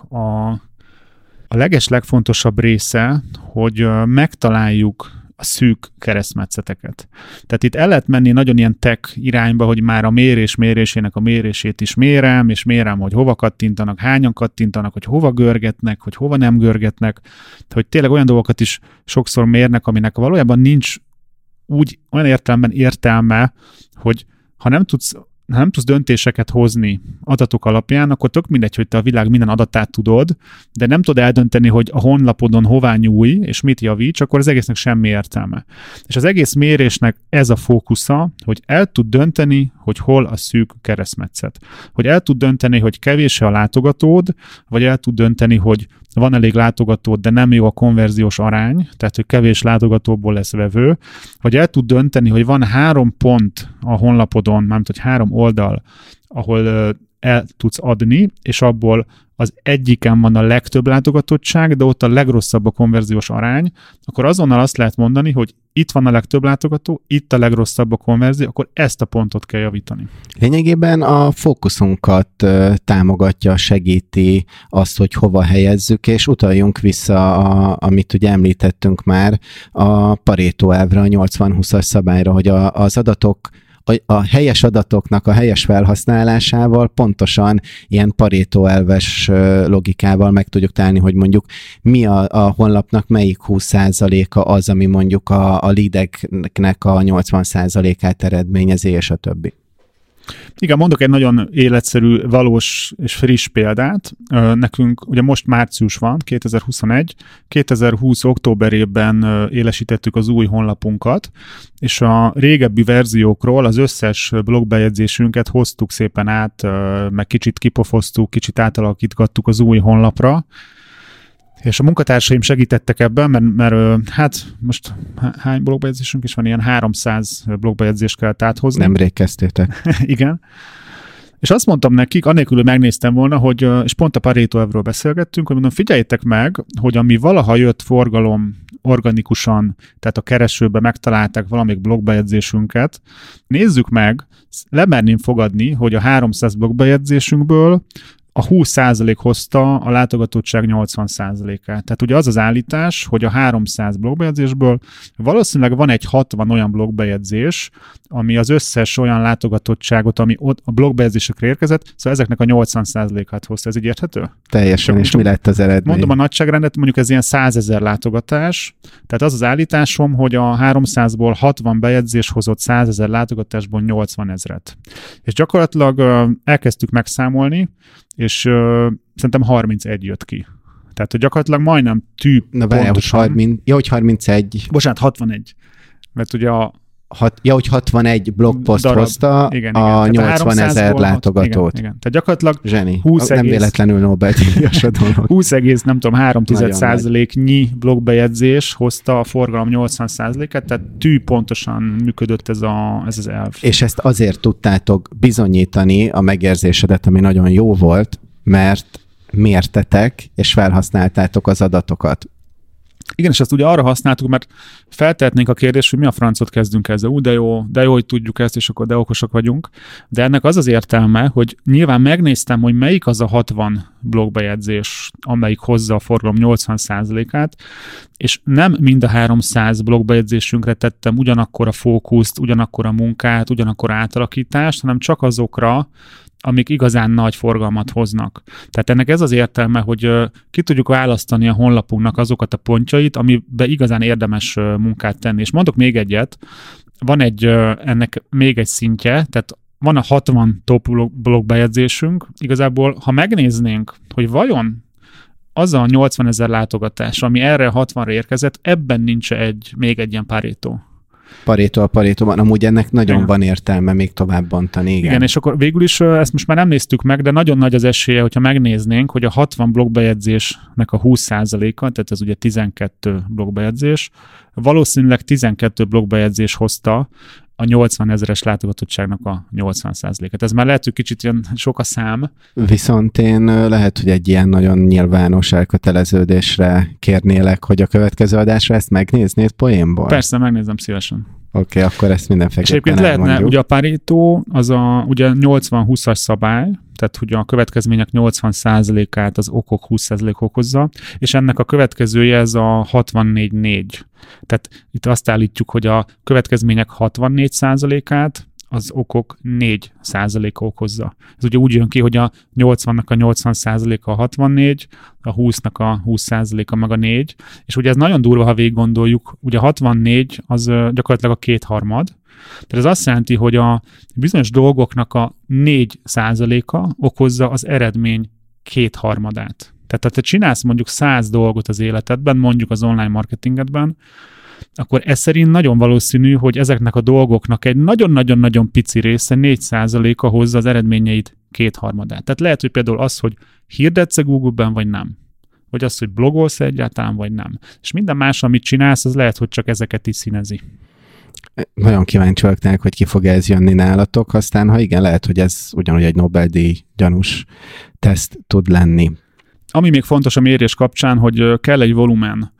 a legfontosabb része, hogy megtaláljuk a szűk keresztmetszeteket. Tehát itt el lehet menni nagyon ilyen tech irányba, hogy már a mérésének a mérését is mérem, és mérem, hogy hova kattintanak, hányan kattintanak, hogy hova görgetnek, hogy hova nem görgetnek, hogy tényleg olyan dolgokat is sokszor mérnek, aminek valójában nincs úgy olyan értelemben értelme, hogy ha nem tudsz döntéseket hozni adatok alapján, akkor tök mindegy, hogy te a világ minden adatát tudod, de nem tudod eldönteni, hogy a honlapodon hová nyúlj, és mit javíts, akkor az egésznek semmi értelme. És az egész mérésnek ez a fókusza, hogy el tud dönteni, hogy hol a szűk keresztmetszet. Hogy el tud dönteni, hogy kevés a látogatód, vagy el tud dönteni, hogy van elég látogatód, de nem jó a konverziós arány, tehát hogy kevés látogatóból lesz vevő, vagy el tud dönteni, hogy van 3 pont a honlapodon, mármint hogy 3 oldal, ahol el tudsz adni, és abból az egyiken van a legtöbb látogatottság, de ott a legrosszabb a konverziós arány, akkor azonnal azt lehet mondani, hogy itt van a legtöbb látogató, itt a legrosszabb a konverzió, akkor ezt a pontot kell javítani. Lényegében a fókuszunkat támogatja, segíti azt, hogy hova helyezzük, és utaljunk vissza, amit ugye említettünk már, a Pareto elvre, a 80-20-as szabályra, hogy az adatok, a helyes adatoknak a helyes felhasználásával pontosan ilyen Pareto elves logikával meg tudjuk találni, hogy mondjuk mi a honlapnak melyik 20%-a az, ami mondjuk a leadeknek a 80%-át eredményezi, és a többi. Igen, mondok egy nagyon életszerű, valós és friss példát. Nekünk ugye most március van, 2021, 2020 októberében élesítettük az új honlapunkat, és a régebbi verziókról az összes blogbejegyzésünket hoztuk szépen át, meg kicsit kipofoztuk, kicsit átalakítgattuk az új honlapra, és a munkatársaim segítettek ebben, mert hát most hány blogbejegyzésünk is van, ilyen 300 blogbejegyzést kellett áthozni. Nemrég kezdtétek. Igen. És azt mondtam nekik, anélkül, hogy megnéztem volna, és pont a Pareto elvről beszélgettünk, hogy mondom, figyeljétek meg, hogy ami valaha jött forgalom organikusan, tehát a keresőbe megtalálták valamelyik blogbejegyzésünket, nézzük meg, lemerném fogadni, hogy a 300 blogbejegyzésünkből a 20% hozta a látogatottság 80%-át. Tehát ugye az az állítás, hogy a 300 blogbejegyzésből valószínűleg van egy 60 olyan blogbejegyzés, ami az összes olyan látogatottságot, ami ott a blogbejegyzésekre érkezett, szóval ezeknek a 80%-át hozta. Ez így érthető? Teljesen, és mi lett az eredmény? Mondom a nagyságrendet, mondjuk ez ilyen 100 000 látogatás, tehát az az állításom, hogy a 300-ból 60 bejegyzés hozott 100 000 látogatásból 80 000-et. És gyakorlatilag elkezdtük megszámolni, és szerintem 31 jött ki. Tehát, hogy gyakorlatilag majdnem pontosan. Hogy 31. Bocsánat, 61. Mert ugye hogy 61 blogpost hozta igen, a 80 000 látogatót. Igen. Tehát gyakorlatilag zseni. Nem véletlenül Nobel-díjas a dolog. 20,3%-nyi blogbejegyzés hozta a forgalom 80%-át, tehát pontosan működött ez az elv. És ezt azért tudtátok bizonyítani a megérzésedet, ami nagyon jó volt, mert mértetek és felhasználtátok az adatokat. Igen, és ezt ugye arra használtuk, mert feltehetnénk a kérdést, hogy mi a francot kezdünk ezzel. De jó, hogy tudjuk ezt, és akkor de okosak vagyunk. De ennek az az értelme, hogy nyilván megnéztem, hogy melyik az a 60 blogbejegyzés, amelyik hozza a forgalom 80%-át, és nem mind a 300 blogbejegyzésünkre tettem ugyanakkor a fókuszt, ugyanakkor a munkát, ugyanakkor átalakítást, hanem csak azokra, amik igazán nagy forgalmat hoznak. Tehát ennek ez az értelme, hogy ki tudjuk választani a honlapunknak azokat a pontjait, amiben igazán érdemes munkát tenni. És mondok még egyet, van ennek még egy szintje, tehát van a 60 top blogbejegyzésünk. Igazából, ha megnéznénk, hogy vajon az a 80 000 látogatás, ami erre a 60-ra érkezett, ebben nincs még egy ilyen Pareto. Paretóban, amúgy ennek nagyon van értelme még tovább bontani. Igen, és akkor végül is ezt most már nem néztük meg, de nagyon nagy az esélye, hogyha megnéznénk, hogy a 60 blogbejegyzésnek a 20%-a, tehát ez ugye 12 blogbejegyzés, valószínűleg 12 blogbejegyzés hozta a 80 000-es látogatottságnak a 80%-et. Ez már lehet, hogy kicsit ilyen sok a szám. Viszont én lehet, hogy egy ilyen nagyon nyilvános elköteleződésre kérnélek, hogy a következő adásra ezt megnéznéd poénból? Persze, megnézem szívesen. Oké, akkor ezt mindenféleképpen egyébként lehetne, ugye a Pareto az ugye 80-20-as szabály, tehát ugye a következmények 80%-át az okok 20% okozza, és ennek a következője ez a 64-4. Tehát itt azt állítjuk, hogy a következmények 64%-át az okok 4%-a okozza. Ez ugye úgy jön ki, hogy a 80-nak a 80%-a a 64, a 20-nak a 20%-a meg a 4, és ugye ez nagyon durva, ha végig gondoljuk, ugye a 64 az gyakorlatilag a 2/3, tehát ez azt jelenti, hogy a bizonyos dolgoknak a 4%-a okozza az eredmény 2/3-át. Tehát ha te csinálsz mondjuk 100 dolgot az életedben, mondjuk az online marketingedben, akkor ez szerint nagyon valószínű, hogy ezeknek a dolgoknak egy nagyon-nagyon-nagyon pici része, 4%-a hozza az eredményeit 2/3-át. Tehát lehet, hogy például az, hogy hirdetsz-e Google-ben, vagy nem. Vagy az, hogy blogolsz egyáltalán, vagy nem. És minden más, amit csinálsz, az lehet, hogy csak ezeket is színezi. Nagyon kíváncsi vagyok, hogy ki fog ez jönni nálatok, aztán ha igen, lehet, hogy ez ugyanúgy egy Nobel-díj gyanús teszt tud lenni. Ami még fontos a mérés kapcsán, hogy kell egy volumen,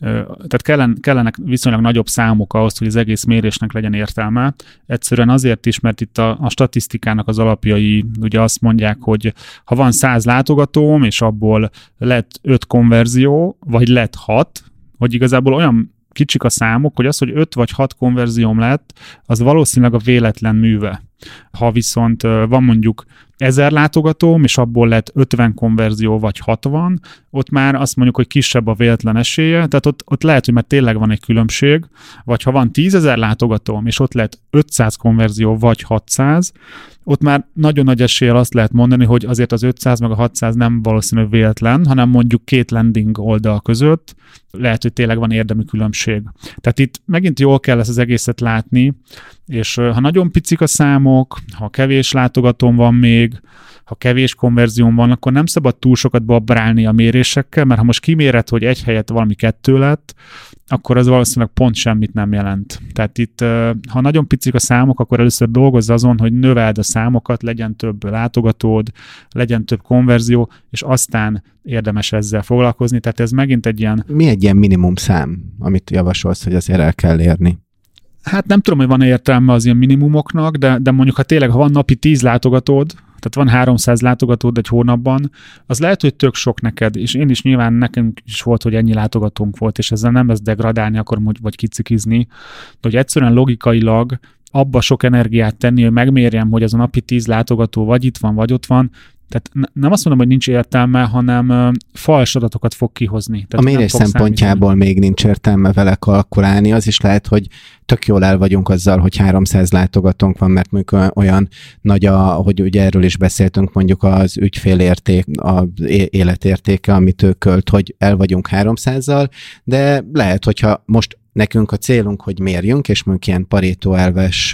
tehát kellenek viszonylag nagyobb számok ahhoz, hogy az egész mérésnek legyen értelme. Egyszerűen azért is, mert itt a statisztikának az alapjai ugye azt mondják, hogy ha van 100 látogatóm, és abból lett 5 konverzió, vagy lett 6, hogy igazából olyan kicsik a számok, hogy az, hogy 5 vagy 6 konverzióm lett, az valószínűleg a véletlen műve. Ha viszont van mondjuk 1000 látogatóm, és abból lett 50 konverzió, vagy 60, ott már azt mondjuk, hogy kisebb a véletlen esélye, tehát ott lehet, hogy már tényleg van egy különbség, vagy ha van 10 000 látogatóm, és ott lett 500 konverzió, vagy 600, ott már nagyon nagy eséllyel azt lehet mondani, hogy azért az 500 meg a 600 nem valószínű véletlen, hanem mondjuk 2 landing oldal között lehet, hogy tényleg van érdemi különbség. Tehát itt megint jól kell ezt az egészet látni, és ha nagyon picik a számok, ha kevés látogatóm van még, ha kevés konverzióm van, akkor nem szabad túl sokat babrálni a mérésekkel, mert ha most kiméred, hogy egy helyett valami 2 lett, akkor az valószínűleg pont semmit nem jelent. Tehát itt, ha nagyon picik a számok, akkor először dolgozz azon, hogy növeld a számokat, legyen több látogatód, legyen több konverzió, és aztán érdemes ezzel foglalkozni. Tehát ez megint egy ilyen... Mi egy ilyen minimum szám, amit javasolsz, hogy azért el kell érni? Hát nem tudom, hogy van-e értelme az ilyen minimumoknak, de mondjuk, ha van napi 10 látogatód, tehát van 300 látogatód egy hónapban, az lehet, hogy tök sok neked, és én is nyilván nekünk is volt, hogy ennyi látogatónk volt, és ezzel nem lesz degradálni, akkor vagy kicikizni, de hogy egyszerűen logikailag abba sok energiát tenni, hogy megmérjem, hogy az a napi 10 látogató vagy itt van, vagy ott van, tehát nem azt mondom, hogy nincs értelme, hanem fals adatokat fog kihozni. Tehát a mérés szempontjából még nincs értelme vele kalkulálni. Az is lehet, hogy tök jól el vagyunk azzal, hogy 300 látogatónk van, mert mondjuk olyan nagy, hogy ugye erről is beszéltünk, mondjuk az ügyfélérték, az életértéke, amit ő költ, hogy el vagyunk 300-zal, de lehet, hogyha most nekünk a célunk, hogy mérjünk, és mondjuk ilyen Pareto elves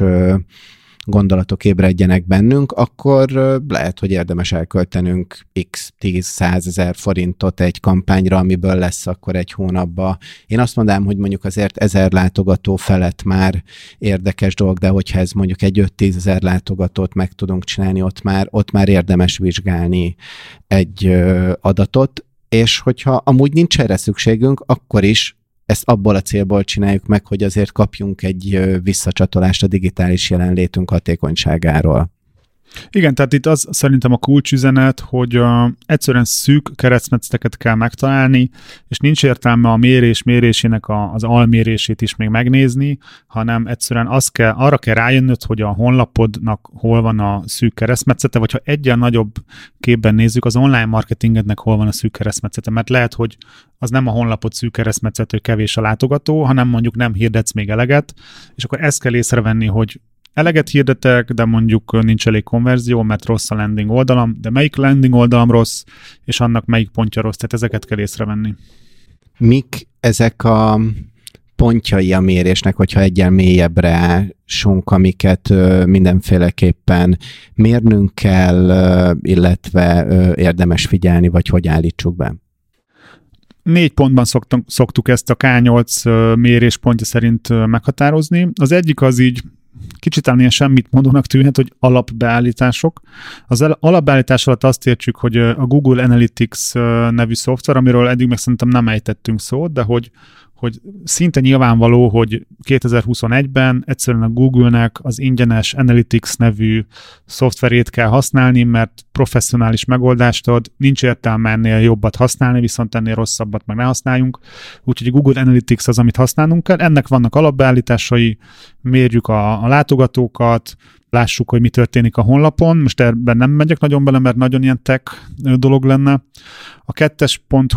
gondolatok ébredjenek bennünk, akkor lehet, hogy érdemes elköltenünk x 10-100 ezer forintot egy kampányra, amiből lesz akkor egy hónapban. Én azt mondanám, hogy mondjuk azért 1000 látogató felett már érdekes dolog, de hogyha ez mondjuk egy 5-10 ezer látogatót meg tudunk csinálni, ott már érdemes vizsgálni egy adatot, és hogyha amúgy nincs erre szükségünk, akkor is ezt abból a célból csináljuk meg, hogy azért kapjunk egy visszacsatolást a digitális jelenlétünk hatékonyságáról. Igen, tehát itt az szerintem a kulcsüzenet, hogy egyszerűen szűk keresztmetszeteket kell megtalálni, és nincs értelme a mérésének az almérését is még megnézni, hanem egyszerűen arra kell rájönnöd, hogy a honlapodnak hol van a szűk keresztmetszete, vagy ha egyen nagyobb képben nézzük, az online marketingednek hol van a szűk keresztmetszete, mert lehet, hogy az nem a honlapod szűk keresztmetszet, hogy kevés a látogató, hanem mondjuk nem hirdetsz még eleget, és akkor ezt kell észrevenni, hogy eleget hirdetek, de mondjuk nincs elég konverzió, mert rossz a landing oldalam, de melyik landing oldalam rossz, és annak melyik pontja rossz, tehát ezeket kell észrevenni. Mik ezek a pontjai a mérésnek, hogyha egyen mélyebbre ásunk, amiket mindenféleképpen mérnünk kell, illetve érdemes figyelni, vagy hogy állítsuk be? 4 pontban szoktuk ezt a K8 méréspontja szerint meghatározni. Az egyik az így kicsit talán ilyen semmit mondónak tűnhet, hogy alapbeállítások. Az alapbeállítás alatt azt értsük, hogy a Google Analytics nevű szoftver, amiről eddig meg szerintem nem ejtettünk szót, de hogy szinte nyilvánvaló, hogy 2021-ben egyszerűen a Google-nek az ingyenes Analytics nevű szoftverét kell használni, mert professzionális megoldást ad, nincs értelme ennél jobbat használni, viszont ennél rosszabbat meg ne használjunk. Úgyhogy a Google Analytics az, amit használnunk kell. Ennek vannak alapbeállításai, mérjük a látogatókat, lássuk, hogy mi történik a honlapon. Most ebben nem megyek nagyon bele, mert nagyon ilyen tech dolog lenne. A 2. pont,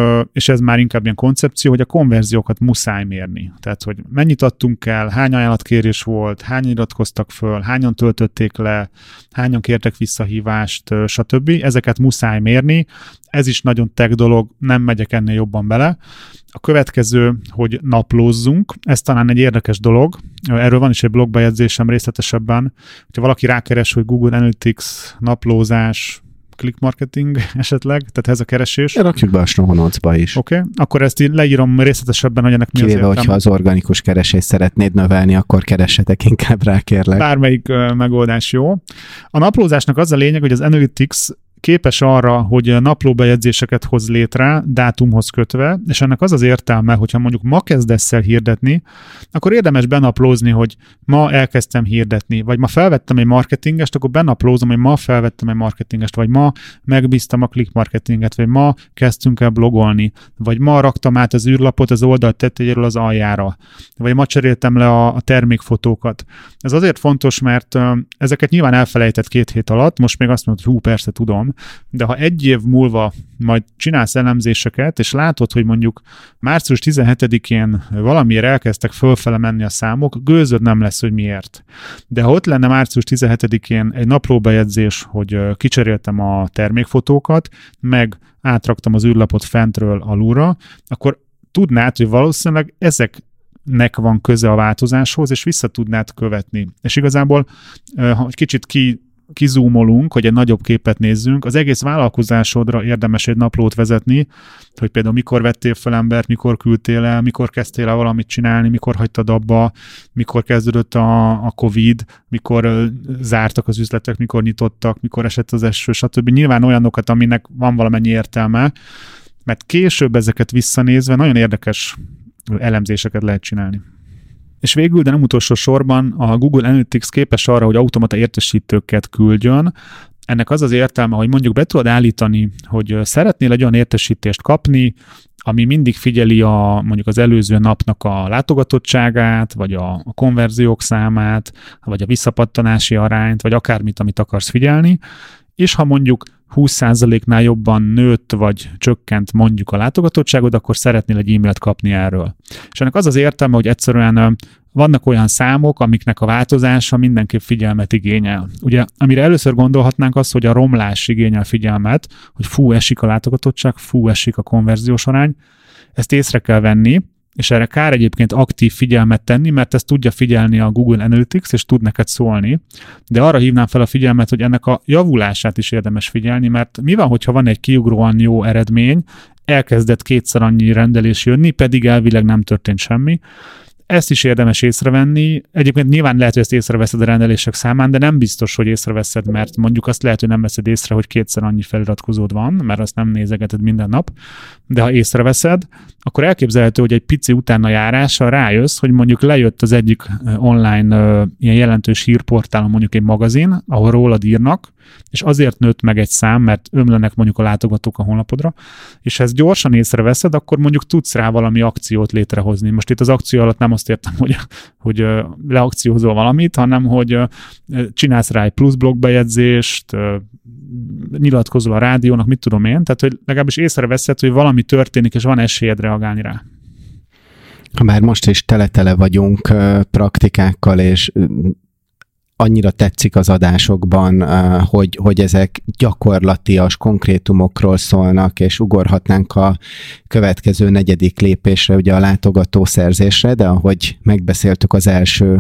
és ez már inkább ilyen koncepció, hogy a konverziókat muszáj mérni. Tehát, hogy mennyit adtunk el, hány ajánlatkérés volt, hányan iratkoztak föl, hányan töltötték le, hányan kértek visszahívást, stb. Ezeket muszáj mérni. Ez is nagyon tech dolog, nem megyek ennél jobban bele. A következő, hogy naplózzunk. Ez talán egy érdekes dolog. Erről van is egy blogbejegyzésem részletesebben. Ha valaki rákeres, hogy Google Analytics, naplózás, click marketing esetleg, tehát ez a keresés. Rakjuk be a show notes-ba is. Oké. Akkor ezt így leírom részletesebben, hogy ennek mi az értelme. Kivéve, hogyha az organikus keresést szeretnéd növelni, akkor keressetek inkább rá, kérlek. Bármelyik megoldás jó. A naplózásnak az a lényeg, hogy az Analytics képes arra, hogy naplóbejegyzéseket hoz létre, dátumhoz kötve, és ennek az az értelme, hogyha mondjuk ma kezdesz el hirdetni, akkor érdemes benaplózni, hogy ma elkezdtem hirdetni, vagy ma felvettem egy marketingest, akkor benaplózom, hogy ma felvettem egy marketingest, vagy ma megbíztam a click marketinget, vagy ma kezdtünk el blogolni, vagy ma raktam át az űrlapot az oldal tetejéről az aljára, vagy ma cseréltem le a termékfotókat. Ez azért fontos, mert ezeket nyilván elfelejtett 2 hét alatt, most még azt mondod, hogy persze tudom, de ha 1 év múlva majd csinálsz elemzéseket, és látod, hogy mondjuk március 17-én valamiért elkezdtek fölfele menni a számok, gőzöd nem lesz, hogy miért. De ha ott lenne március 17-én egy naplóbejegyzés, hogy kicseréltem a termékfotókat, meg átraktam az űrlapot fentről alulra, akkor tudnád, hogy valószínűleg ezeknek van köze a változáshoz, és vissza tudnád követni. És igazából, ha kicsit kizúmolunk, hogy egy nagyobb képet nézzünk, az egész vállalkozásodra érdemes egy naplót vezetni, hogy például mikor vettél fel embert, mikor küldtél el, mikor kezdtél el valamit csinálni, mikor hagytad abba, mikor kezdődött a Covid, mikor zártak az üzletek, mikor nyitottak, mikor esett az eső, stb. Nyilván olyanokat, aminek van valamennyi értelme, mert később ezeket visszanézve nagyon érdekes elemzéseket lehet csinálni. És végül, de nem utolsó sorban, a Google Analytics képes arra, hogy automata értesítőket küldjön. Ennek az az értelme, hogy mondjuk be tudod állítani, hogy szeretnél egy olyan értesítést kapni, ami mindig figyeli mondjuk az előző napnak a látogatottságát, vagy a konverziók számát, vagy a visszapattanási arányt, vagy akármit, amit akarsz figyelni, és ha mondjuk 20%-nál jobban nőtt vagy csökkent mondjuk a látogatottságod, akkor szeretnél egy e-mailt kapni erről. És ennek az az értelme, hogy egyszerűen vannak olyan számok, amiknek a változása mindenképp figyelmet igényel. Ugye, amire először gondolhatnánk az, hogy a romlás igényel figyelmet, hogy esik a látogatottság, esik a konverziós arány. Ezt észre kell venni, és erre kár egyébként aktív figyelmet tenni, mert ezt tudja figyelni a Google Analytics, és tud neked szólni. De arra hívnám fel a figyelmet, hogy ennek a javulását is érdemes figyelni, mert mi van, hogyha van egy kiugróan jó eredmény, elkezdett 2-szer annyi rendelés jönni, pedig elvileg nem történt semmi. Ezt is érdemes észrevenni. Egyébként nyilván lehet, hogy ezt észreveszed a rendelések számán, de nem biztos, hogy észreveszed, mert mondjuk azt lehet, hogy nem veszed észre, hogy 2-szer annyi feliratkozód van, mert azt nem nézegeted minden nap. De ha észreveszed, akkor elképzelhető, hogy egy pici utána járással rájössz, hogy mondjuk lejött az egyik online ilyen jelentős hírportálon mondjuk egy magazin, ahol rólad írnak, és azért nőtt meg egy szám, mert ömlenek mondjuk a látogatók a honlapodra, és ha ezt gyorsan észreveszed, akkor mondjuk tudsz rá valami akciót létrehozni. Most itt az akció alatt nem azt értem, hogy leakciózol valamit, hanem hogy csinálsz rá egy plusz blogbejegyzést, nyilatkozol a rádiónak, mit tudom én, tehát hogy legalábbis észreveszed, hogy valami történik, és van esélyed reagálni rá. Már most is tele-tele vagyunk praktikákkal, és annyira tetszik az adásokban, hogy ezek gyakorlatias konkrétumokról szólnak, és ugorhatnánk a következő 4. lépésre, ugye a látogatószerzésre, de ahogy megbeszéltük az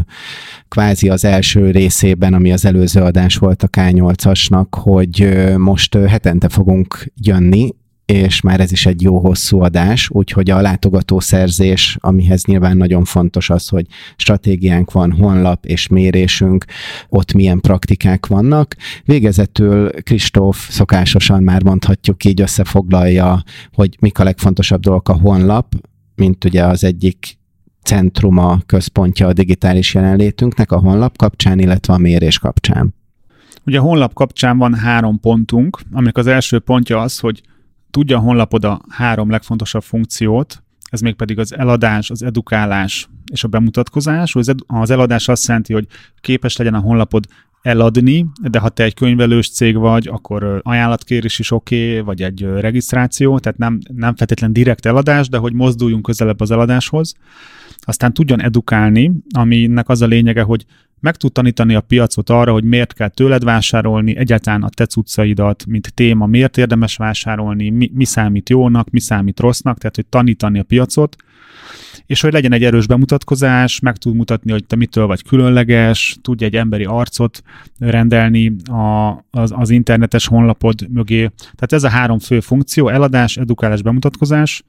első részében, ami az előző adás volt a K8-asnak, hogy most hetente fogunk jönni, és már ez is egy jó hosszú adás, úgyhogy a látogatószerzés, amihez nyilván nagyon fontos az, hogy stratégiánk van, honlap és mérésünk, ott milyen praktikák vannak. Végezetül Kristóf szokásosan már mondhatjuk így összefoglalja, hogy mik a legfontosabb dolgok a honlap, mint ugye az egyik centruma, központja a digitális jelenlétünknek a honlap kapcsán, illetve a mérés kapcsán. Ugye a honlap kapcsán van 3 pontunk, aminek az első pontja az, hogy tudja a honlapod a 3 legfontosabb funkciót, ez mégpedig az eladás, az edukálás és a bemutatkozás. Az eladás azt jelenti, hogy képes legyen a honlapod eladni, de ha te egy könyvelős cég vagy, akkor ajánlatkérés is oké, vagy egy regisztráció, tehát nem feltétlen direkt eladás, de hogy mozduljunk közelebb az eladáshoz. Aztán tudjon edukálni, aminek az a lényege, hogy meg tud tanítani a piacot arra, hogy miért kell tőled vásárolni, egyáltalán a te cuccaidat, mint téma, miért érdemes vásárolni, mi számít jónak, mi számít rossznak, tehát hogy tanítani a piacot, és hogy legyen egy erős bemutatkozás, meg tud mutatni, hogy te mitől vagy különleges, tudja egy emberi arcot rendelni az internetes honlapod mögé. Tehát ez a 3 fő funkció, eladás, edukálás, bemutatkozás.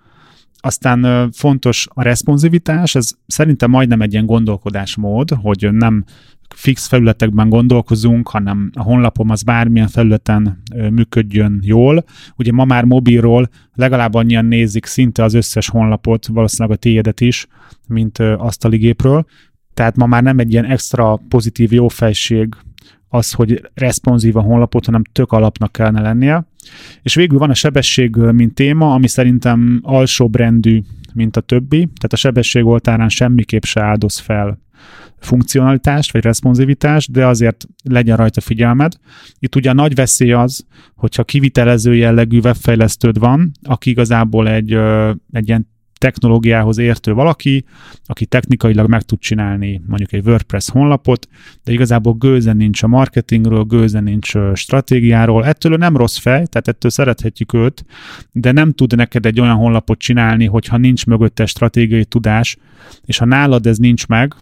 Aztán fontos a responsivitás, ez szerintem majdnem egy ilyen gondolkodásmód, hogy nem fix felületekben gondolkozunk, hanem a honlapom az bármilyen felületen működjön jól. Ugye ma már mobilról legalább annyian nézik szinte az összes honlapot, valószínűleg a tiédet is, mint asztali gépről. Tehát ma már nem egy ilyen extra pozitív jófejség az, hogy responsív a honlapot, hanem tök alapnak kellene lennie. És végül van a sebesség, mint téma, ami szerintem alsóbrendű, mint a többi. Tehát a sebesség oltárán semmiképp se áldoz fel funkcionalitást, vagy responsivitást, de azért legyen rajta figyelmed. Itt ugye a nagy veszély az, hogyha kivitelező jellegű webfejlesztőd van, aki igazából egy ilyen technológiához értő valaki, aki technikailag meg tud csinálni mondjuk egy WordPress honlapot, de igazából gőze nincs a marketingről, gőze nincs stratégiáról. Ettől nem rossz fej, tehát ettől szerethetjük őt, de nem tud neked egy olyan honlapot csinálni, hogyha nincs mögötte stratégiai tudás, és ha nálad ez nincs meg,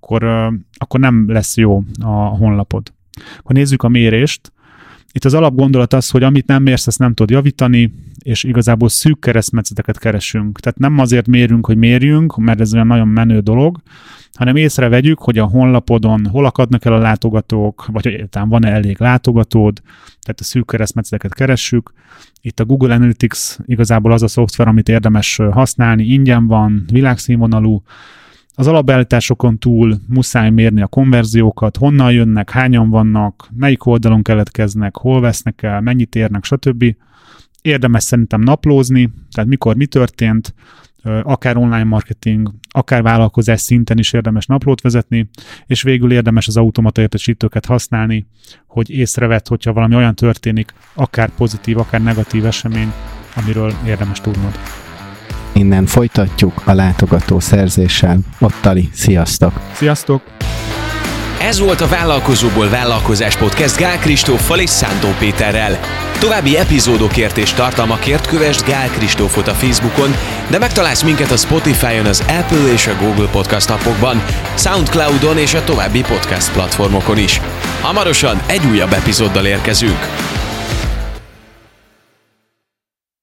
akkor nem lesz jó a honlapod. Akkor nézzük a mérést. Itt az alapgondolat az, hogy amit nem mérsz, azt nem tudod javítani, és igazából szűk keresztmetszeteket keresünk. Tehát nem azért mérünk, hogy mérjünk, mert ez olyan nagyon menő dolog, hanem észrevegyük, hogy a honlapodon hol akadnak el a látogatók, vagy egyáltalán van-e elég látogatód, tehát a szűk keresztmetszeteket keressük. Itt a Google Analytics igazából az a szoftver, amit érdemes használni, ingyen van, világszínvonalú. Az alapbeállításokon túl muszáj mérni a konverziókat, honnan jönnek, hányan vannak, melyik oldalon keletkeznek, hol vesznek el, mennyit érnek, stb. Érdemes szerintem naplózni, tehát mikor mi történt, akár online marketing, akár vállalkozás szinten is érdemes naplót vezetni, és végül érdemes az automata értesítőket használni, hogy észrevedd, hogyha valami olyan történik, akár pozitív, akár negatív esemény, amiről érdemes tudnod. Innen folytatjuk a látogató szerzéssel. Ottali, sziasztok! Sziasztok! Ez volt a Vállalkozóból Vállalkozás Podcast Gál Kristóffal és Szántó Péterrel. További epizódokért és tartalmakért kövesd Gál Kristófot a Facebookon, de megtalálsz minket a Spotify-on, az Apple és a Google Podcast appokban, Soundcloudon és a további podcast platformokon is. Hamarosan egy újabb epizóddal érkezünk.